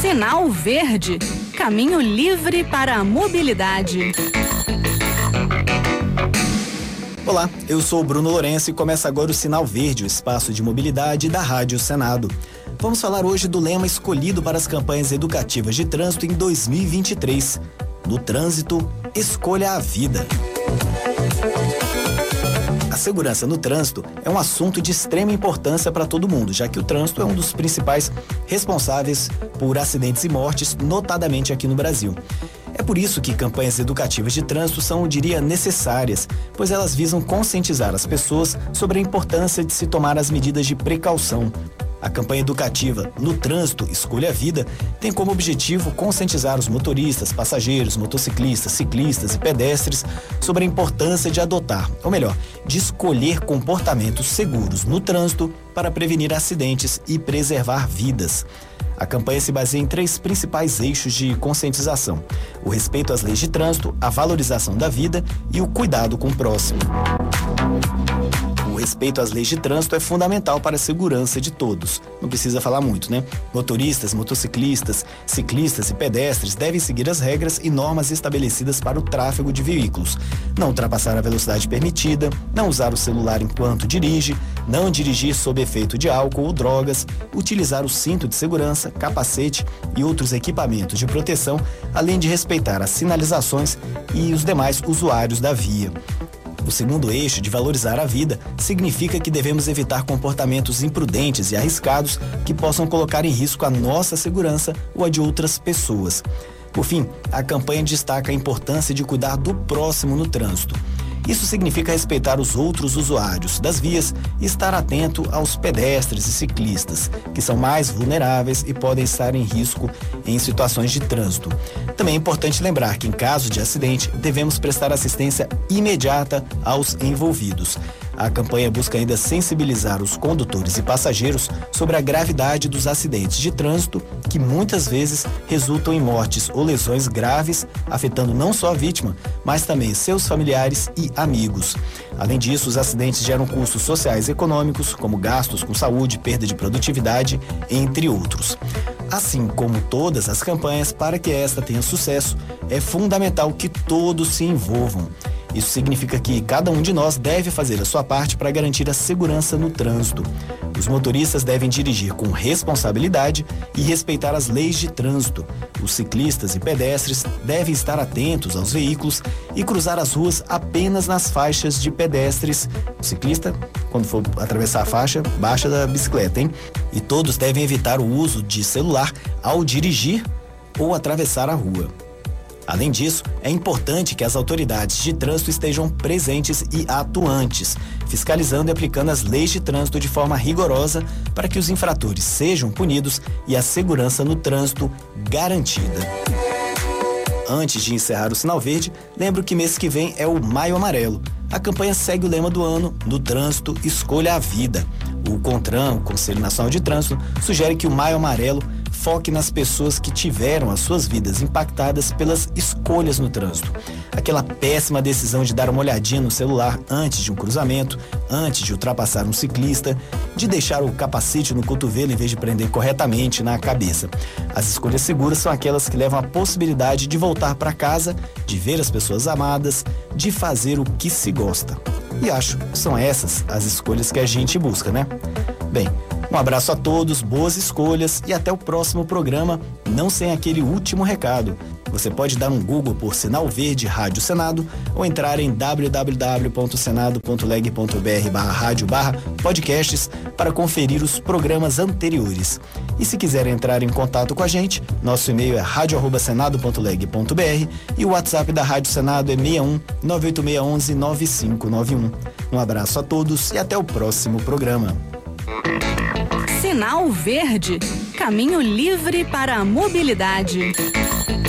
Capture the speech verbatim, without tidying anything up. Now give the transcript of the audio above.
Sinal Verde, caminho livre para a mobilidade. Olá, eu sou o Bruno Lourenço e começa agora o Sinal Verde, o espaço de mobilidade da Rádio Senado. Vamos falar hoje do lema escolhido para as campanhas educativas de trânsito em dois mil e vinte e três. No trânsito, escolha a vida. A segurança no trânsito é um assunto de extrema importância para todo mundo, já que o trânsito é um dos principais responsáveis por acidentes e mortes, notadamente aqui no Brasil. É por isso que campanhas educativas de trânsito são, eu diria, necessárias, pois elas visam conscientizar as pessoas sobre a importância de se tomar as medidas de precaução. A campanha educativa No Trânsito, Escolha a Vida tem como objetivo conscientizar os motoristas, passageiros, motociclistas, ciclistas e pedestres sobre a importância de adotar, ou melhor, de escolher comportamentos seguros no trânsito para prevenir acidentes e preservar vidas. A campanha se baseia em três principais eixos de conscientização: o respeito às leis de trânsito, a valorização da vida e o cuidado com o próximo. O respeito às leis de trânsito é fundamental para a segurança de todos. Não precisa falar muito, né? Motoristas, motociclistas, ciclistas e pedestres devem seguir as regras e normas estabelecidas para o tráfego de veículos. Não ultrapassar a velocidade permitida, não usar o celular enquanto dirige, não dirigir sob efeito de álcool ou drogas, utilizar o cinto de segurança, capacete e outros equipamentos de proteção, além de respeitar as sinalizações e os demais usuários da via. O segundo eixo, de valorizar a vida, significa que devemos evitar comportamentos imprudentes e arriscados que possam colocar em risco a nossa segurança ou a de outras pessoas. Por fim, a campanha destaca a importância de cuidar do próximo no trânsito. Isso significa respeitar os outros usuários das vias e estar atento aos pedestres e ciclistas, que são mais vulneráveis e podem estar em risco em situações de trânsito. Também é importante lembrar que, em caso de acidente, devemos prestar assistência imediata aos envolvidos. A campanha busca ainda sensibilizar os condutores e passageiros sobre a gravidade dos acidentes de trânsito, que muitas vezes resultam em mortes ou lesões graves, afetando não só a vítima, mas também seus familiares e amigos. Além disso, os acidentes geram custos sociais e econômicos, como gastos com saúde, perda de produtividade, entre outros. Assim como todas as campanhas, para que esta tenha sucesso, é fundamental que todos se envolvam. Isso significa que cada um de nós deve fazer a sua parte para garantir a segurança no trânsito. Os motoristas devem dirigir com responsabilidade e respeitar as leis de trânsito. Os ciclistas e pedestres devem estar atentos aos veículos e cruzar as ruas apenas nas faixas de pedestres. O ciclista, quando for atravessar a faixa, baixa da bicicleta, hein? E todos devem evitar o uso de celular ao dirigir ou atravessar a rua. Além disso, é importante que as autoridades de trânsito estejam presentes e atuantes, fiscalizando e aplicando as leis de trânsito de forma rigorosa para que os infratores sejam punidos e a segurança no trânsito garantida. Antes de encerrar o Sinal Verde, lembro que mês que vem é o Maio Amarelo. A campanha segue o lema do ano: no trânsito, escolha a vida. O CONTRAN, o Conselho Nacional de Trânsito, sugere que o Maio Amarelo foque nas pessoas que tiveram as suas vidas impactadas pelas escolhas no trânsito. Aquela péssima decisão de dar uma olhadinha no celular antes de um cruzamento, antes de ultrapassar um ciclista, de deixar o capacete no cotovelo em vez de prender corretamente na cabeça. As escolhas seguras são aquelas que levam à possibilidade de voltar para casa, de ver as pessoas amadas, de fazer o que se gosta. E acho que são essas as escolhas que a gente busca, né? Bem, um abraço a todos, boas escolhas e até o próximo programa, não sem aquele último recado. Você pode dar um Google por Sinal Verde Rádio Senado ou entrar em w w w ponto senado ponto leg ponto b r barra rádio barra podcasts para conferir os programas anteriores. E se quiser entrar em contato com a gente, nosso e-mail é rádio arroba senado ponto leg ponto b r e o WhatsApp da Rádio Senado é seis um nove oito seis um um nove cinco nove um. Um abraço a todos e até o próximo programa. Sinal Verde, caminho livre para a mobilidade.